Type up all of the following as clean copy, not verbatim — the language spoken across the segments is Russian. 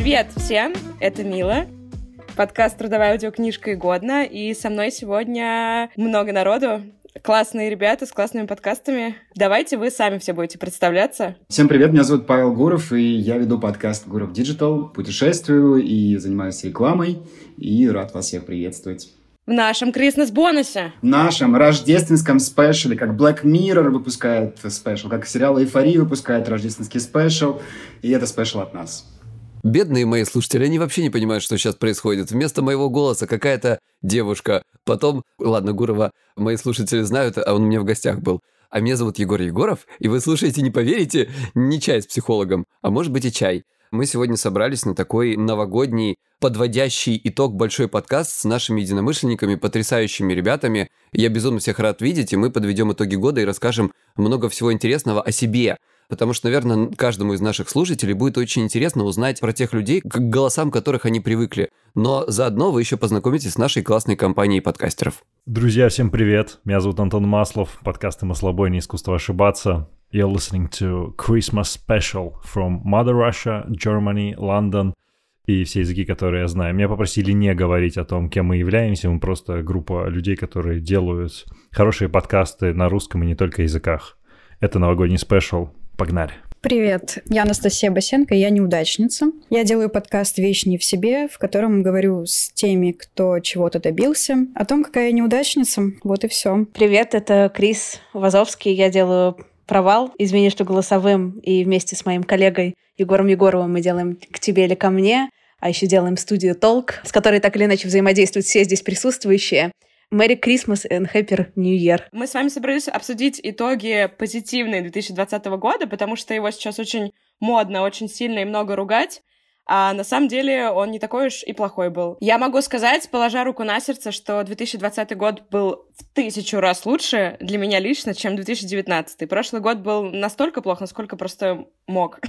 Привет всем, это Мила, подкаст «Трудовая аудиокнижка и годно», и со мной сегодня много народу, классные ребята с классными подкастами. Давайте вы сами все будете представляться. Всем привет, меня зовут Павел Гуров, и я веду подкаст «Гуров Digital», путешествую и занимаюсь рекламой, и рад вас всех приветствовать. В нашем Крисмас-бонусе. В нашем рождественском спешле, как Black Mirror выпускает спешл, как сериал «Эйфория» выпускает рождественский спешл, и это спешл от нас. Бедные мои слушатели, они вообще не понимают, что сейчас происходит. Вместо моего голоса какая-то девушка. Потом, ладно, Гурова мои слушатели знают, а он у меня в гостях был. А меня зовут Егор Егоров, и вы слушаете, не поверите, не чай с психологом, а может быть и чай. Мы сегодня собрались на такой новогодний, подводящий итог большой подкаст с нашими единомышленниками, потрясающими ребятами. Я безумно всех рад видеть, и мы подведем итоги года и расскажем много всего интересного о себе. Потому что, наверное, каждому из наших слушателей будет очень интересно узнать про тех людей, к голосам которых они привыкли. Но заодно вы еще познакомитесь с нашей классной компанией подкастеров. Друзья, всем привет. Меня зовут Антон Маслов, подкаст «Мы слабой, не искусство ошибаться». You're listening to Christmas Special from Mother Russia, Germany, London и все языки, которые я знаю. Меня попросили не говорить о том, кем мы являемся. Мы просто группа людей, которые делают хорошие подкасты на русском и не только языках. Это новогодний спешл. Погнали. Привет, я Анастасия Басенко, я неудачница. Я делаю подкаст «Вещь не в себе», в котором говорю с теми, кто чего-то добился, о том, какая я неудачница. Вот и все. Привет, это Крис Вазовский. Я делаю «Провал», «Извини, что голосовым», и вместе с моим коллегой Егором Егоровым мы делаем «К тебе или ко мне», а еще делаем студию «Толк», с которой так или иначе взаимодействуют все здесь присутствующие. Merry Christmas and Happy New Year. Мы с вами собрались обсудить итоги позитивные 2020 года, потому что его сейчас очень модно, очень сильно и много ругать, а на самом деле он не такой уж и плохой был. Я могу сказать, положа руку на сердце, что 2020 год был в 1000 раз лучше для меня лично, чем 2019. Прошлый год был настолько плох, насколько просто мог.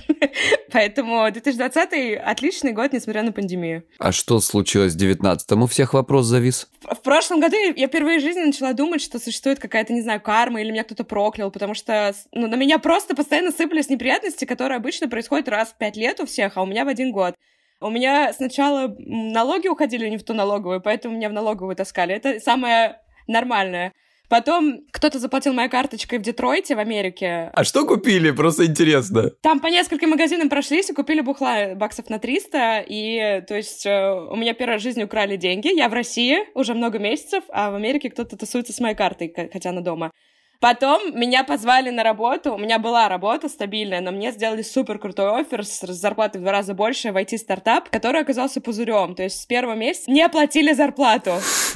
Поэтому 2020 отличный год, несмотря на пандемию. А что случилось в 19-м? У всех вопрос завис. В прошлом году я впервые в жизни начала думать, что существует какая-то, не знаю, карма, или меня кто-то проклял, потому что на меня просто постоянно сыпались неприятности, которые обычно происходят раз в 5 лет у всех, а у меня в 1 год. У меня сначала налоги уходили не в ту налоговую, поэтому меня в налоговую таскали. Это самое нормальное. Потом кто-то заплатил моей карточкой в Детройте, в Америке. А что купили? Просто интересно. Там по нескольким магазинам прошлись и купили бухла баксов на 300. И, то есть, у меня первый раз в жизни украли деньги. Я в России уже много месяцев, а в Америке кто-то тусуется с моей картой, хотя она дома. Потом меня позвали на работу. У меня была работа стабильная, но мне сделали супер крутой оффер с зарплатой в 2 раза больше в IT-стартап, который оказался пузырем. То есть с первого месяца не оплатили зарплату.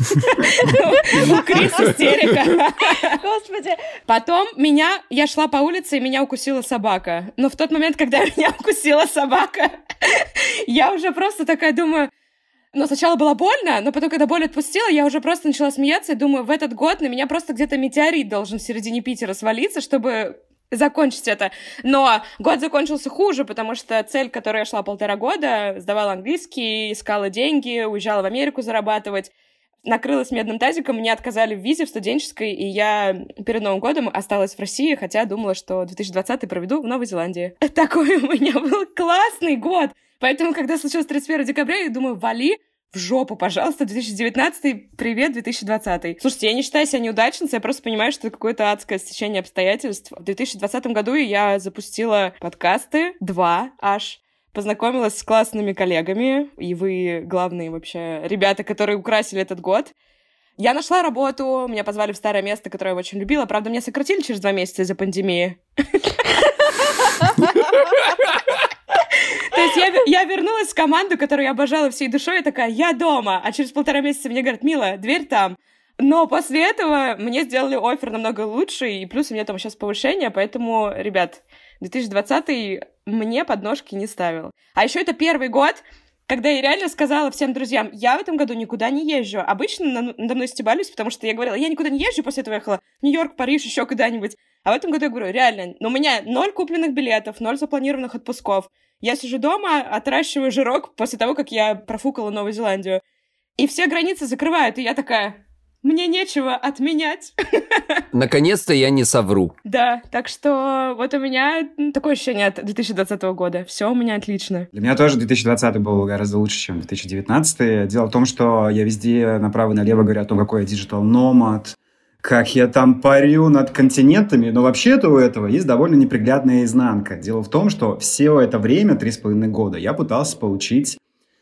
У Крис истерика. Господи. Потом я шла по улице, и меня укусила собака. Но в тот момент, когда меня укусила собака, я уже просто такая думаю... Но сначала было больно, но потом, когда боль отпустила, я уже просто начала смеяться и думаю, в этот год на меня просто где-то метеорит должен в середине Питера свалиться, чтобы закончить это. Но год закончился хуже, потому что цель, к которой я шла 1,5 года, сдавала английский, искала деньги, уезжала в Америку зарабатывать, накрылась медным тазиком, мне отказали в визе в студенческой, и я перед Новым годом осталась в России, хотя думала, что 2020 проведу в Новой Зеландии. Такой у меня был классный год! Поэтому, когда случилось 31 декабря, я думаю, вали в жопу, пожалуйста, 2019, привет, 2020. Слушайте, я не считаю себя неудачницей, я просто понимаю, что это какое-то адское стечение обстоятельств. В 2020 году я запустила подкасты, 2 аж, познакомилась с классными коллегами, и вы главные вообще ребята, которые украсили этот год. Я нашла работу, меня позвали в старое место, которое я очень любила. Правда, меня сократили через 2 месяца из-за пандемии. То есть я вернулась в команду, которую я обожала всей душой, и такая, я дома. А через 1,5 месяца мне говорят, Мила, дверь там. Но после этого мне сделали оффер намного лучше, и плюс у меня там сейчас повышение, поэтому, ребят, 2020 мне подножки не ставил. А еще это первый год, когда я реально сказала всем друзьям, я в этом году никуда не езжу. Обычно надо мной стебались, потому что я говорила, я никуда не езжу, после этого ехала в Нью-Йорк, Париж, еще куда-нибудь. А в этом году я говорю, реально, у меня 0 купленных билетов, 0 запланированных отпусков. Я сижу дома, отращиваю жирок после того, как я профукала Новую Зеландию. И все границы закрывают, и я такая, мне нечего отменять. Наконец-то я не совру. Да, так что вот у меня такое ощущение от 2020 года. Все у меня отлично. Для меня тоже 2020 был гораздо лучше, чем 2019. Дело в том, что я везде направо и налево говорю о том, какой я диджитал-номад, как я там парю над континентами, но вообще-то у этого есть довольно неприглядная изнанка. Дело в том, что все это время, 3,5 года, я пытался получить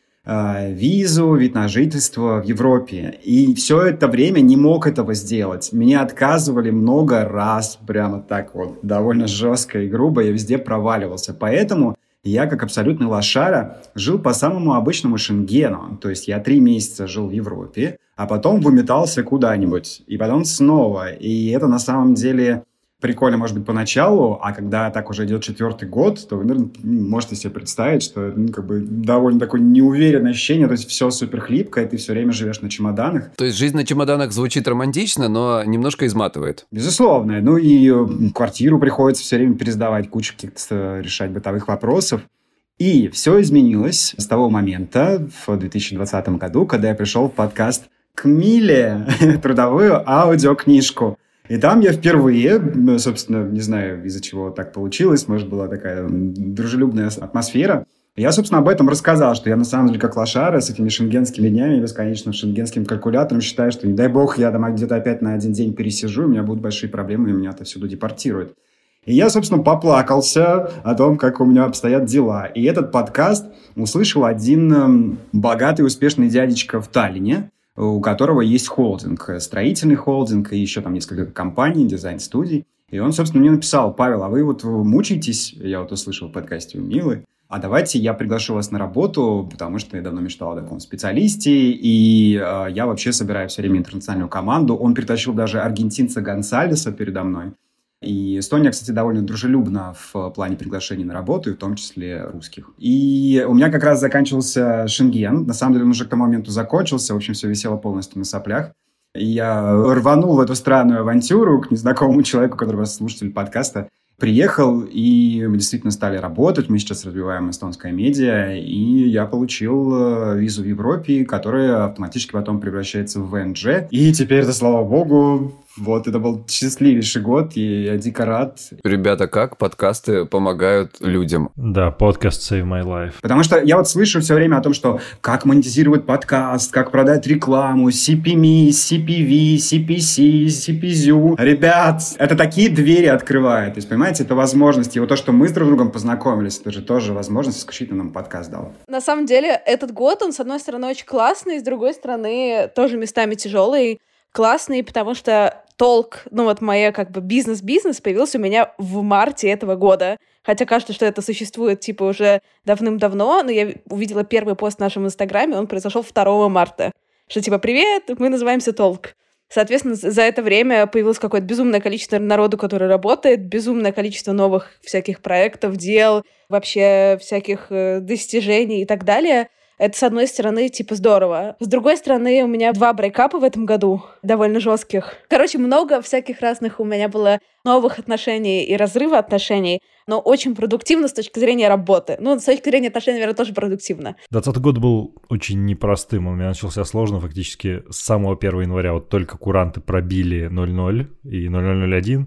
визу, вид на жительство в Европе. И все это время не мог этого сделать. Меня отказывали много раз, прямо так вот, довольно жестко и грубо, я везде проваливался. Поэтому я, как абсолютный лошара, жил по самому обычному Шенгену. То есть я 3 месяца жил в Европе, а потом выметался куда-нибудь, и потом снова. И это на самом деле прикольно, может быть, поначалу, а когда так уже идет 4-й год, то вы, наверное, можете себе представить, что как бы довольно такое неуверенное ощущение, то есть все супер хлипко, и ты все время живешь на чемоданах. То есть жизнь на чемоданах звучит романтично, но немножко изматывает. Безусловно. Ну и квартиру приходится все время пересдавать, кучу каких-то решать бытовых вопросов. И все изменилось с того момента, в 2020 году, когда я пришел в подкаст к Миле, трудовую аудиокнижку. И там я впервые, собственно, не знаю, из-за чего так получилось, может, была такая дружелюбная атмосфера. Я, собственно, об этом рассказал, что я, на самом деле, как лошара с этими шенгенскими днями, бесконечным шенгенским калькулятором, считаю, что, не дай бог, я там где-то опять на 1 день пересижу, у меня будут большие проблемы, и меня отовсюду депортируют. И я, собственно, поплакался о том, как у меня обстоят дела. И этот подкаст услышал один богатый, успешный дядечка в Таллине, у которого есть холдинг, строительный холдинг и еще там несколько компаний, дизайн-студий. И он, собственно, мне написал: Павел, а вы вот мучаетесь, я вот услышал в подкасте у Милы, а давайте я приглашу вас на работу, потому что я давно мечтал о таком специалисте, и я вообще собираю все время интернациональную команду. Он притащил даже аргентинца Гонсалеса передо мной. И Эстония, кстати, довольно дружелюбна в плане приглашений на работу, и в том числе русских. И у меня как раз заканчивался Шенген. На самом деле он уже к тому моменту закончился. В общем, все висело полностью на соплях. И я рванул в эту странную авантюру к незнакомому человеку, который вас слушатель подкаста. Приехал, и мы действительно стали работать. Мы сейчас развиваем эстонское медиа, и я получил визу в Европе, которая автоматически потом превращается в ВНЖ. И теперь, да, слава богу, вот это был счастливейший год, и я дико рад. Ребята, как подкасты помогают людям? Да, подкаст Save My Life. Потому что я вот слышу все время о том, что как монетизировать подкаст, как продать рекламу, CPM, CPV, CPC, CPZU. Ребят, это такие двери открывает. То есть, понимаете, это возможности. И вот то, что мы с друг другом познакомились, это же тоже возможность, исключительно нам подкаст дал. На самом деле, этот год, он, с одной стороны, очень классный, с другой стороны, тоже местами тяжелый. Классный, потому что толк, ну вот моя как бы бизнес появился у меня в марте этого года. Хотя кажется, что это существует типа уже давным-давно, но я увидела первый пост в нашем инстаграме, он произошел 2 марта. Что типа «Привет, мы называемся Толк». Соответственно, за это время появилось какое-то безумное количество народу, который работает, безумное количество новых всяких проектов, дел, вообще всяких достижений и так далее. Это, с одной стороны, типа, здорово. С другой стороны, у меня 2 брейкапа в этом году, довольно жестких. Короче, много всяких разных у меня было новых отношений и разрыва отношений, но очень продуктивно с точки зрения работы. Ну, с точки зрения отношений, наверное, тоже продуктивно. 2020 год был очень непростым. Он у меня начался сложно фактически с самого 1 января. Вот только куранты пробили 00 и 0001.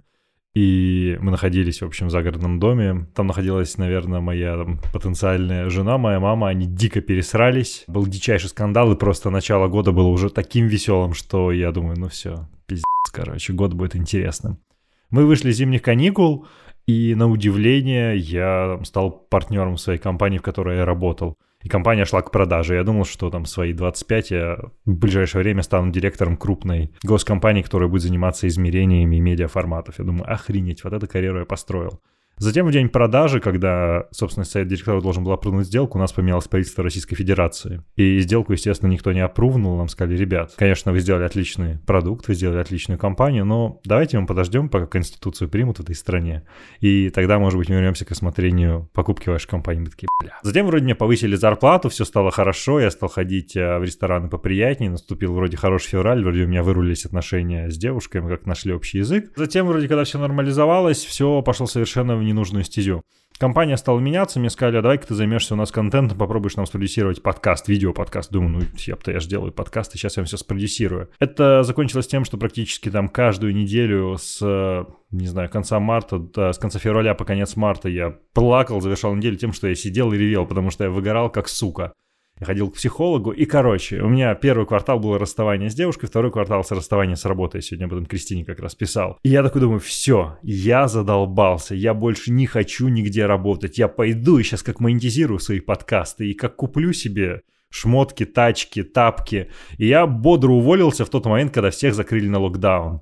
И мы находились, в общем, в загородном доме. Там находилась, наверное, моя потенциальная жена, моя мама. Они дико пересрались. Был дичайший скандал, и просто начало года было уже таким веселым, что я думаю, ну все, пиздец, короче, год будет интересным. Мы вышли из зимних каникул, и, на удивление, я стал партнером своей компании, в которой я работал. И компания шла к продаже. Я думал, что там свои 25 я в ближайшее время стану директором крупной госкомпании, которая будет заниматься измерениями медиаформатов. Я думаю, охренеть, вот эту карьеру я построил. Затем в день продажи, когда, собственно, совет директоров должен был апрувнуть сделку, у нас поменялось правительство Российской Федерации. И сделку, естественно, никто не апрувнул. Нам сказали: ребят, конечно, вы сделали отличный продукт, вы сделали отличную компанию, но давайте мы подождем, пока Конституцию примут в этой стране. И тогда, может быть, мы вернемся к осмотрению покупки вашей компании. Мы такие, бля. Затем вроде мне повысили зарплату, все стало хорошо, я стал ходить в рестораны поприятнее, наступил вроде хороший февраль, вроде у меня вырулились отношения с девушкой, мы как нашли общий язык. Затем вроде, когда все нормализовалось, все пошло совершенно в ненужную стезю. Компания стала меняться, мне сказали, давай-ка ты займешься у нас контентом, попробуешь нам спродюсировать подкаст, видеоподкаст. Думаю, я же делаю подкасты, сейчас я вам все спродюсирую. Это закончилось тем, что практически там каждую неделю с, не знаю, конца марта, с конца февраля по конец марта я плакал, завершал неделю тем, что я сидел и ревел, потому что я выгорал как сука. Я ходил к психологу, и, короче, у меня первый квартал было расставание с девушкой, второй квартал с расставание с работой. Я сегодня об этом Кристине как раз писал. И я такой думаю, все, я задолбался, я больше не хочу нигде работать. Я пойду и сейчас как монетизирую свои подкасты, и как куплю себе шмотки, тачки, тапки. И я бодро уволился в тот момент, когда всех закрыли на локдаун.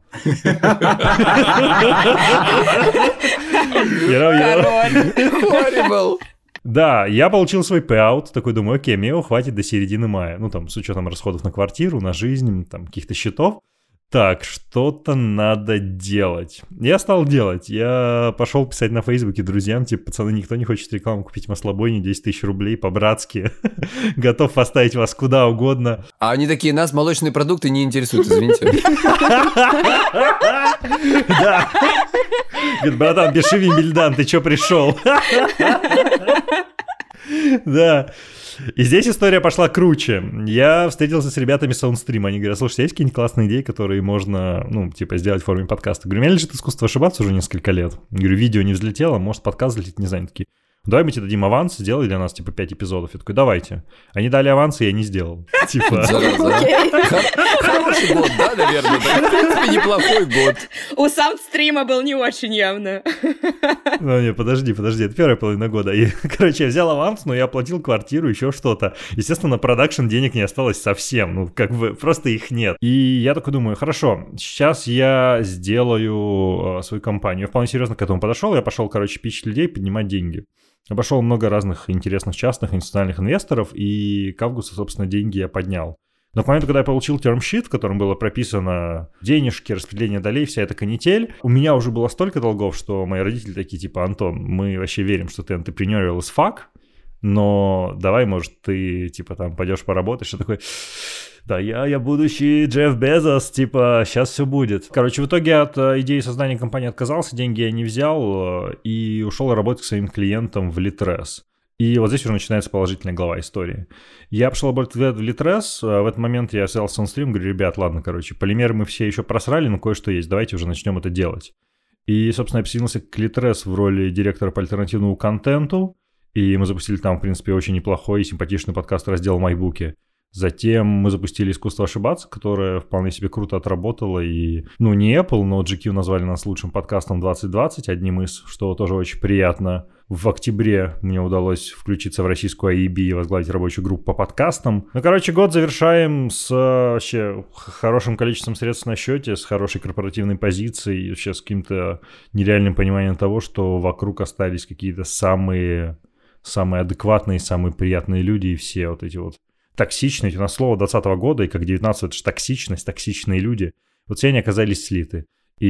Horrible. Да, я получил свой payout, такой думаю, окей, мне его хватит до середины мая. Ну, там, с учетом расходов на квартиру, на жизнь, там, каких-то счетов. Так, что-то надо делать. Я стал делать. Я пошел писать на Фейсбуке друзьям, типа, пацаны, никто не хочет рекламу купить маслобойни, 10 тысяч рублей по-братски. Готов поставить вас куда угодно. А они такие, нас молочные продукты не интересуют, извините. Да. Говорит, братан, пиши Вимбельдан, ты чё пришел? Да. И здесь история пошла круче. Я встретился с ребятами Soundstream. Они говорят, слушай, есть какие-нибудь классные идеи, которые можно, ну, типа, сделать в форме подкаста? Говорю, у меня лежит искусство ошибаться уже несколько лет. Говорю, видео не взлетело, может, подкаст взлетит, не знаю. Они такие, давай мы тебе дадим аванс, сделай для нас, типа, 5 эпизодов. Я такой, давайте. Они дали аванс, и я не сделал. Типа... Хороший год, да, наверное? В принципе, неплохой год. У Soundstream был не очень явно. Ну, не, подожди, это первая половина года. И, короче, я взял аванс, но я оплатил квартиру, еще что-то. Естественно, на продакшн денег не осталось совсем. Ну, как бы, просто их нет. И я такой думаю, хорошо, сейчас я сделаю свою компанию. Я вполне серьезно к этому подошел. Я пошел, короче, пичить людей, поднимать деньги. Обошел много разных интересных частных институциональных инвесторов, и к августу, собственно, деньги я поднял. Но к моменту, когда я получил термшит, в котором было прописано денежки, распределение долей, вся эта канитель, у меня уже было столько долгов, что мои родители такие, типа, Антон, мы вообще верим, что ты entrepreneurial as fuck, но давай, может, ты, типа, там, пойдешь поработаешь, и такой... Да, я будущий Джефф Безос, типа, сейчас все будет. Короче, в итоге от идеи создания компании отказался, деньги я не взял и ушел работать к своим клиентам в Litres. И вот здесь уже начинается положительная глава истории. Я пошел работать в Litres, в этот момент я взял Soundstream, говорю, ребят, ладно, короче, полимеры мы все еще просрали, но кое-что есть, давайте уже начнем это делать. И, собственно, я присоединился к Litres в роли директора по альтернативному контенту, и мы запустили там, в принципе, очень неплохой и симпатичный подкаст раздел «Майбуки». Затем мы запустили «Искусство ошибаться», которое вполне себе круто отработало. И, ну, не Apple, но GQ назвали нас лучшим подкастом 2020, одним из, что тоже очень приятно. В октябре мне удалось включиться в российскую AEB и возглавить рабочую группу по подкастам. Ну, короче, год завершаем с вообще хорошим количеством средств на счете, с хорошей корпоративной позицией, вообще с каким-то нереальным пониманием того, что вокруг остались какие-то самые адекватные, самые приятные люди и все вот эти вот токсичность, у нас слово 2020 года, и как 19 это же токсичность, токсичные люди. Вот все они оказались слиты.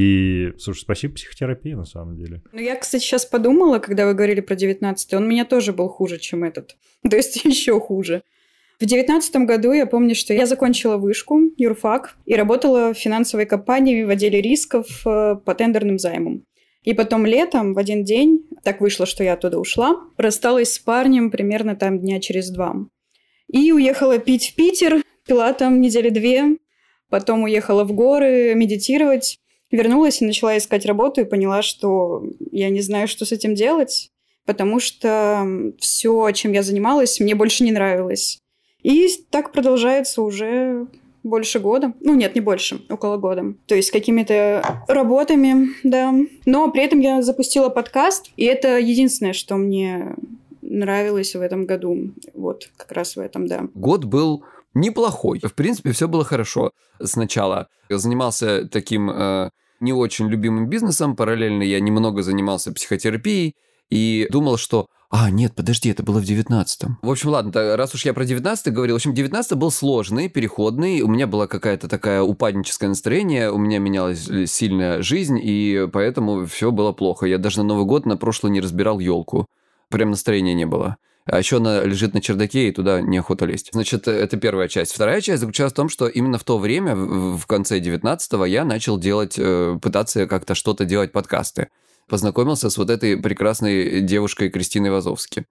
И, слушай, спасибо психотерапии, на самом деле. Ну, я, кстати, сейчас подумала, когда вы говорили про 19-й, он у меня тоже был хуже, чем этот. То есть еще хуже. В 19-м году я помню, что я закончила вышку, юрфак, и работала в финансовой компании в отделе рисков по тендерным займам. И потом летом, в один день, так вышло, что я оттуда ушла, рассталась с парнем примерно там дня через 2. И уехала пить в Питер, пила там недели 2, потом уехала в горы медитировать, вернулась и начала искать работу и поняла, что я не знаю, что с этим делать, потому что все, чем я занималась, мне больше не нравилось. И так продолжается уже больше года. Ну, нет, не больше, около года. То есть какими-то работами, да. Но при этом я запустила подкаст, и это единственное, что мне нравилось в этом году. Вот, как раз в этом, да. Год был неплохой. В принципе, все было хорошо. Сначала я занимался таким не очень любимым бизнесом, параллельно я немного занимался психотерапией и думал, что нет, подожди, это было в 19-м. В общем, ладно, раз уж я про 19-й говорил, в общем, 19-й был сложный, переходный, у меня была какая-то такая упадническое настроение, у меня менялась сильная жизнь, и поэтому все было плохо. Я даже на Новый год на прошлый не разбирал елку. Прям настроения не было. А еще она лежит на чердаке, и туда неохота лезть. Значит, это первая часть. Вторая часть заключалась в том, что именно в то время, в конце 19-го, я начал пытаться как-то что-то делать подкасты. познакомился с вот этой прекрасной девушкой Кристиной Вазовски.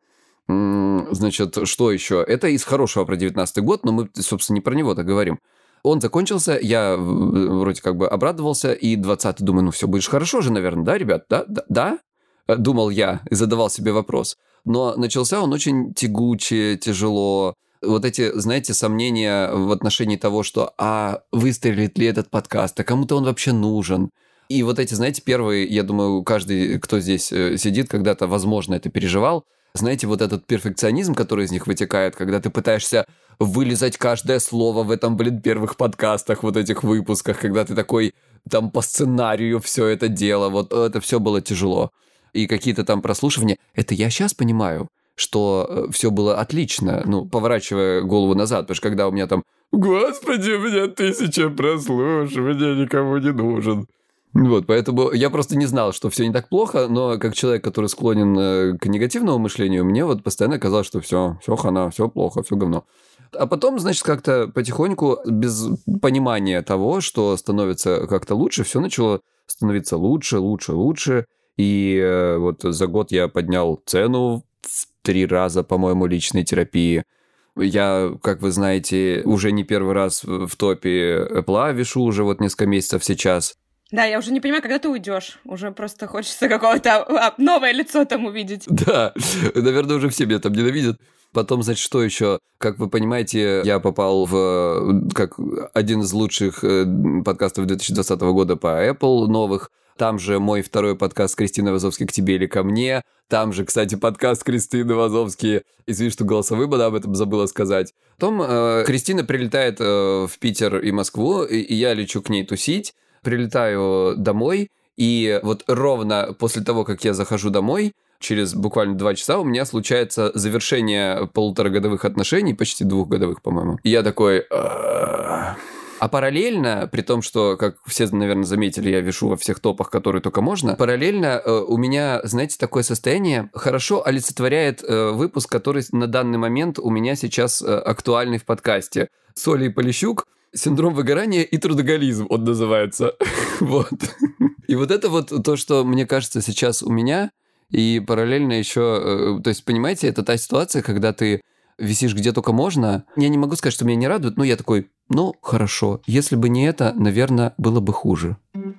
Значит, что еще? Это из хорошего про 19-й год, но мы, собственно, не про него-то говорим. Он закончился, я вроде как бы обрадовался, и 20-й думаю, ну все, будешь хорошо же, наверное, да, ребят? Да? Думал я и задавал себе вопрос. Но начался он очень тягуче, тяжело. Вот эти, знаете, сомнения в отношении того, что выстрелит ли этот подкаст, а кому-то он вообще нужен. И вот эти, знаете, первые, я думаю, каждый, кто здесь сидит, когда-то, возможно, это переживал. Знаете, вот этот перфекционизм, который из них вытекает, когда ты пытаешься вылезать каждое слово в этом, первых подкастах, вот этих выпусках, когда ты такой, там, по сценарию все это дело, вот это все было тяжело. И какие-то там прослушивания, это я сейчас понимаю, что все было отлично, поворачивая голову назад, потому что когда у меня там, господи, у меня 1000 прослушиваний, никому не нужен. Вот, поэтому я просто не знал, что все не так плохо, но как человек, который склонен к негативному мышлению, мне вот постоянно казалось, что все хана, все плохо, все говно. А потом, значит, как-то потихоньку, без понимания того, что становится как-то лучше, все начало становиться лучше. И вот за год я поднял цену в 3 раза, по-моему, личной терапии. Я, как вы знаете, уже не первый раз в топе Apple вишу, уже вот несколько месяцев сейчас. Да, я уже не понимаю, когда ты уйдешь. Уже просто хочется какого-то новое лицо там увидеть. Да, наверное, уже все меня там ненавидят. Потом, значит, что еще? Как вы понимаете, я попал как один из лучших подкастов 2020 года по Apple новых. Там же мой второй подкаст Кристины Вазовски «К тебе или ко мне». Там же, кстати, подкаст Кристины Вазовски. Извини, что голосовым, она об этом забыла сказать. Потом Кристина прилетает в Питер и Москву, и я лечу к ней тусить. Прилетаю домой, и вот ровно после того, как я захожу домой, через буквально 2 часа у меня случается завершение 1,5-годовых отношений, почти 2-годовых, по-моему. И я такой... А параллельно, при том, что, как все, наверное, заметили, я вишу во всех топах, которые только можно, параллельно у меня, знаете, такое состояние хорошо олицетворяет выпуск, который на данный момент у меня сейчас актуальный в подкасте. Соли и Полищук. Синдром выгорания и трудоголизм он называется. Вот. И вот это вот то, что, мне кажется, сейчас у меня, и параллельно еще... То есть, понимаете, это та ситуация, когда ты висишь где только можно. Я не могу сказать, что меня не радует, но я такой, хорошо. Если бы не это, наверное, было бы хуже.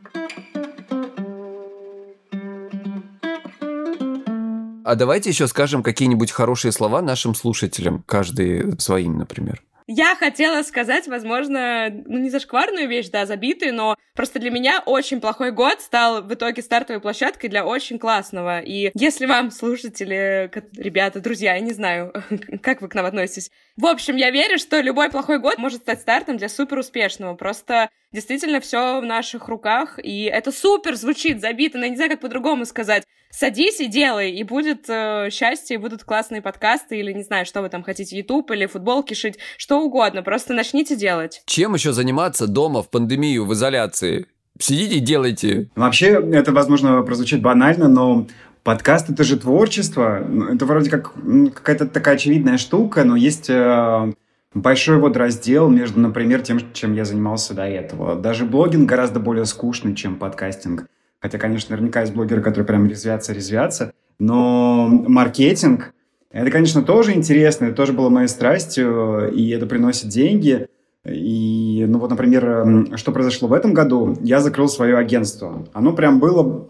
А давайте еще скажем какие-нибудь хорошие слова нашим слушателям, каждый своим, например. Я хотела сказать, возможно, не зашкварную вещь, да, забитую, но просто для меня очень плохой год стал в итоге стартовой площадкой для очень классного. И если вам, слушатели, ребята, друзья, я не знаю, как вы к нам относитесь. В общем, я верю, что любой плохой год может стать стартом для супер успешного. Просто действительно все в наших руках, и это супер звучит, забито, но я не знаю, как по-другому сказать. Садись и делай, и будет счастье, и будут классные подкасты, или не знаю, что вы там хотите, YouTube или футболки шить, что угодно, просто начните делать. Чем еще заниматься дома в пандемию, в изоляции? Сидите и делайте. Вообще, это, возможно, прозвучит банально, но подкаст — это же творчество. Это вроде как какая-то такая очевидная штука, но есть большой вот раздел между, например, тем, чем я занимался до этого. Даже блогинг гораздо более скучный, чем подкастинг. Хотя, конечно, наверняка есть блогеры, которые прям резвятся. Но маркетинг — это, конечно, тоже интересно. Это тоже было моей страстью, и это приносит деньги. И, например, что произошло в этом году? Я закрыл свое агентство. Оно прям было.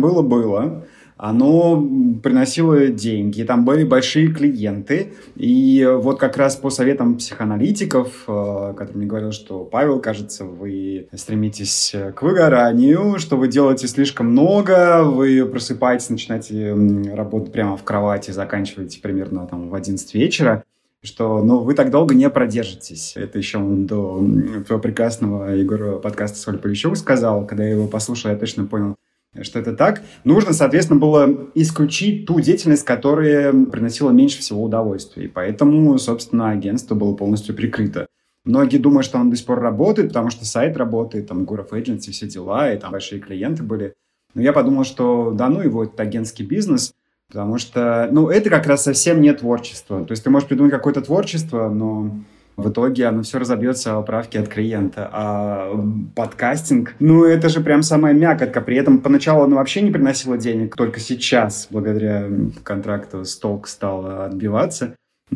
Оно приносило деньги, там были большие клиенты. И вот как раз по советам психоаналитиков, которые мне говорили, что Павел, кажется, вы стремитесь к выгоранию, что вы делаете слишком много, вы просыпаетесь, начинаете работать прямо в кровати, заканчиваете примерно там в 11 вечера, что вы так долго не продержитесь. Это еще до прекрасного Егора подкаста «Соль Полищук» сказал. Когда я его послушал, я точно понял, что это так. Нужно, соответственно, было исключить ту деятельность, которая приносила меньше всего удовольствия. И поэтому, собственно, агентство было полностью прикрыто. Многие думают, что оно до сих пор работает, потому что сайт работает, там, Гуров Agency, все дела, и там большие клиенты были. Но я подумал, что его этот агентский бизнес, потому что, это как раз совсем не творчество. То есть ты можешь придумать какое-то творчество, но В итоге оно все разобьется о правке от клиента. А подкастинг, ну, это же прям самая мякотка. При этом поначалу оно вообще не приносило денег. Только сейчас, благодаря контракту с Толк, стало отбиваться.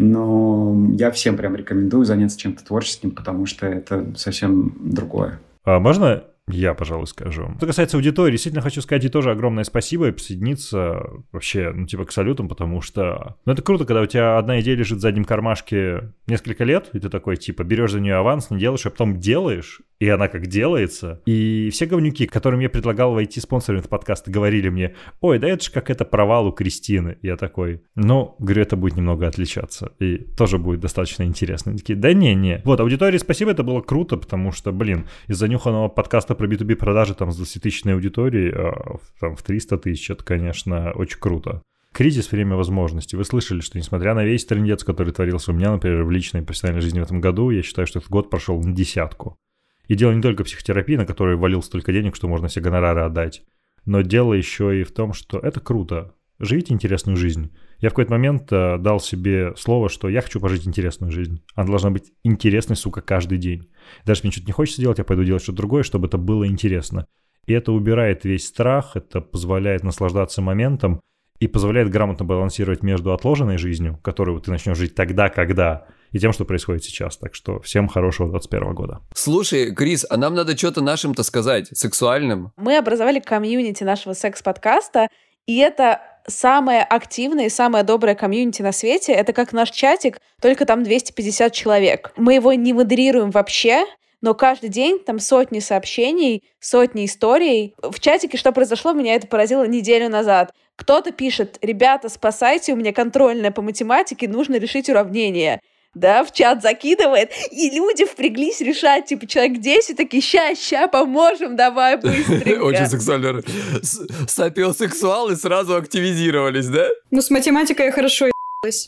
Но я всем прям рекомендую заняться чем-то творческим, потому что это совсем другое. А можно я, пожалуй, скажу? Что касается аудитории, действительно хочу сказать ей тоже огромное спасибо и присоединиться вообще, к салютам, потому что... это круто, когда у тебя одна идея лежит в заднем кармашке несколько лет, и ты такой, берешь за нее аванс, не делаешь, а потом делаешь, и она как делается. И все говнюки, которым я предлагал войти спонсорами в подкаст, говорили мне: ой, да это же как это провал у Кристины. Я такой, говорю, это будет немного отличаться, и тоже будет достаточно интересно. Они такие, да не. Вот, аудитории спасибо, это было круто, потому что, из занюханного подкаста про B2B продажи с 20-тысячной аудиторией в 300 тысяч, это, конечно, очень круто. Кризис — время возможностей. Вы слышали, что несмотря на весь трындец, который творился у меня, например, в личной и профессиональной жизни в этом году, я считаю, что этот год прошел на 10. И дело не только в психотерапии, на которой валил столько денег, что можно все гонорары отдать, но дело еще и в том, что это круто. Живите интересную жизнь. Я в какой-то момент дал себе слово, что я хочу пожить интересную жизнь. Она должна быть интересной, каждый день. Даже если мне что-то не хочется делать, я пойду делать что-то другое, чтобы это было интересно. И это убирает весь страх, это позволяет наслаждаться моментом и позволяет грамотно балансировать между отложенной жизнью, которую ты начнешь жить тогда, когда, и тем, что происходит сейчас. Так что всем хорошего 2021 года. Слушай, Крис, а нам надо что-то нашим-то сказать, сексуальным. Мы образовали комьюнити нашего секс-подкаста, и это самое активное и самое доброе комьюнити на свете. Это как наш чатик, только там 250 человек. Мы его не модерируем вообще, но каждый день там сотни сообщений, сотни историй. В чатике что произошло, меня это поразило неделю назад. Кто-то пишет: ребята, спасайте, у меня контрольная по математике, нужно решить уравнение. Да, в чат закидывает, и люди впряглись решать, человек 10 такие: ща, поможем, давай быстренько. Очень сексуально. Сапиосексуалы сразу активизировались, да? С математикой я хорошо ебалась.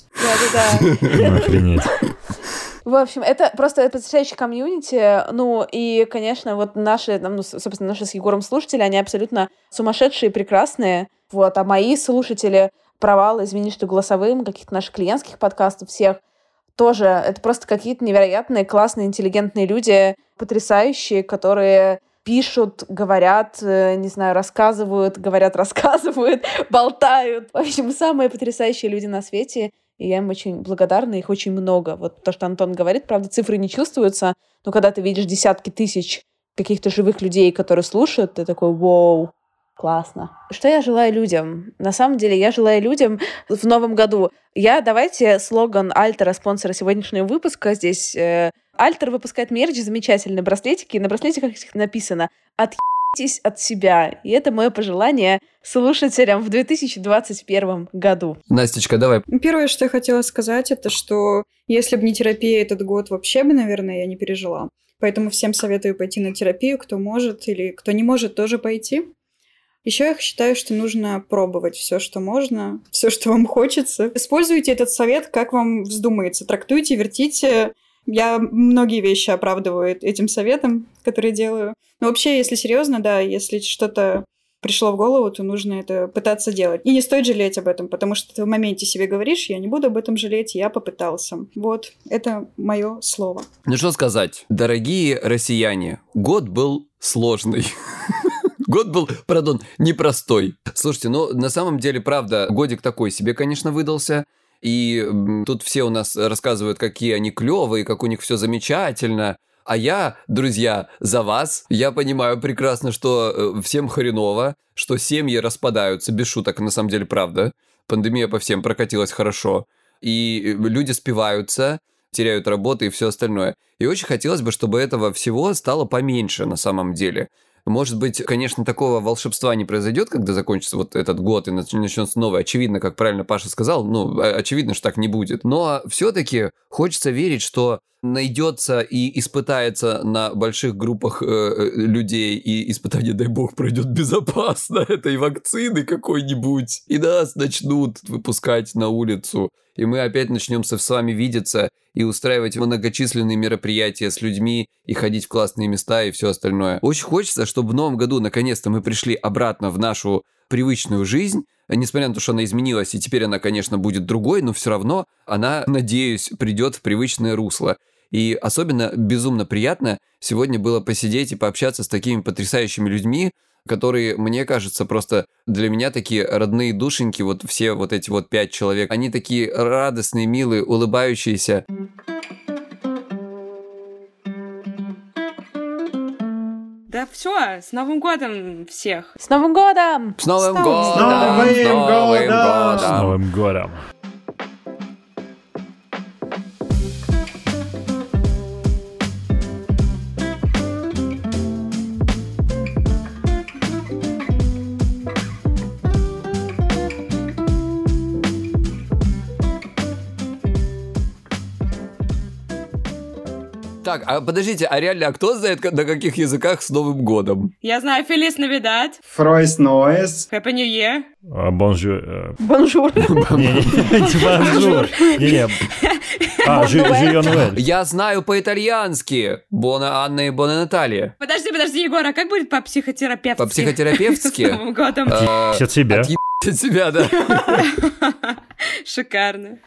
Да. Охренеть. В общем, это просто потрясающий комьюнити. И, конечно, наши, собственно, наши с Егором слушатели, они абсолютно сумасшедшие и прекрасные. А мои слушатели, провалы, извини, что голосовым, каких-то наших клиентских подкастов всех, тоже это просто какие-то невероятные, классные, интеллигентные люди, потрясающие, которые пишут, говорят, не знаю, рассказывают, болтают. В общем, самые потрясающие люди на свете. И я им очень благодарна, их очень много. То, что Антон говорит, правда, цифры не чувствуются, но когда ты видишь десятки тысяч каких-то живых людей, которые слушают, ты такой: вау, классно. Что я желаю людям? На самом деле, я желаю людям в новом году. Давайте слоган Альтера, спонсора сегодняшнего выпуска. Здесь Альтер выпускает мерч, замечательные браслетики. На браслетиках написано: «Отъебитесь от себя». И это мое пожелание слушателям в 2021 году. Настечка, давай. Первое, что я хотела сказать, это что если бы не терапия, этот год вообще бы, наверное, я не пережила. Поэтому всем советую пойти на терапию, кто может, или кто не может, тоже пойти. Еще я считаю, что нужно пробовать все, что можно, все, что вам хочется. Используйте этот совет, как вам вздумается. Трактуйте, вертите. Я многие вещи оправдываю этим советом, который делаю. Но вообще, если серьезно, да, если что-то пришло в голову, то нужно это пытаться делать. И не стоит жалеть об этом, потому что ты в моменте себе говоришь: я не буду об этом жалеть, я попытался. Вот, это мое слово. Ну что сказать, дорогие россияне, год был сложный. Год был, непростой. Слушайте, на самом деле, правда, годик такой себе, конечно, выдался. И тут все у нас рассказывают, какие они клевые, как у них все замечательно. А я, друзья, за вас. Я понимаю прекрасно, что всем хреново, что семьи распадаются, без шуток, на самом деле, правда. Пандемия по всем прокатилась хорошо. И люди спиваются, теряют работы и все остальное. И очень хотелось бы, чтобы этого всего стало поменьше на самом деле. Может быть, конечно, такого волшебства не произойдет, когда закончится вот этот год и начнется новый. Очевидно, как правильно Паша сказал, очевидно, что так не будет. Но все-таки хочется верить, что найдется и испытается на больших группах людей, и испытание, дай бог, пройдет безопасно этой вакцины какой-нибудь. И нас начнут выпускать на улицу. И мы опять начнем с вами видеться и устраивать многочисленные мероприятия с людьми, и ходить в классные места и все остальное. Очень хочется, чтобы в новом году наконец-то мы пришли обратно в нашу привычную жизнь, несмотря на то, что она изменилась, и теперь она, конечно, будет другой, но все равно она, надеюсь, придет в привычное русло. И особенно безумно приятно сегодня было посидеть и пообщаться с такими потрясающими людьми, которые, мне кажется, просто для меня такие родные душеньки, вот все вот эти вот 5 человек, они такие радостные, милые, улыбающиеся. Да все, с Новым годом всех! С Новым годом! С Новым годом! С Новым годом! С Новым годом! Так, а подождите, а реально, а кто знает, на каких языках с Новым годом? Я знаю Фелис Навидад, Фройс Нойс. Happy New Year. Бонжур. Бонжур. Бонжур. Не-не. Живьон Вэль. Я знаю по-итальянски. Бона Анна и Бона Наталья. Подожди, Егор, а как будет по-психотерапевтски? По-психотерапевтски? С Новым годом. От себя. От себя, да. Шикарно.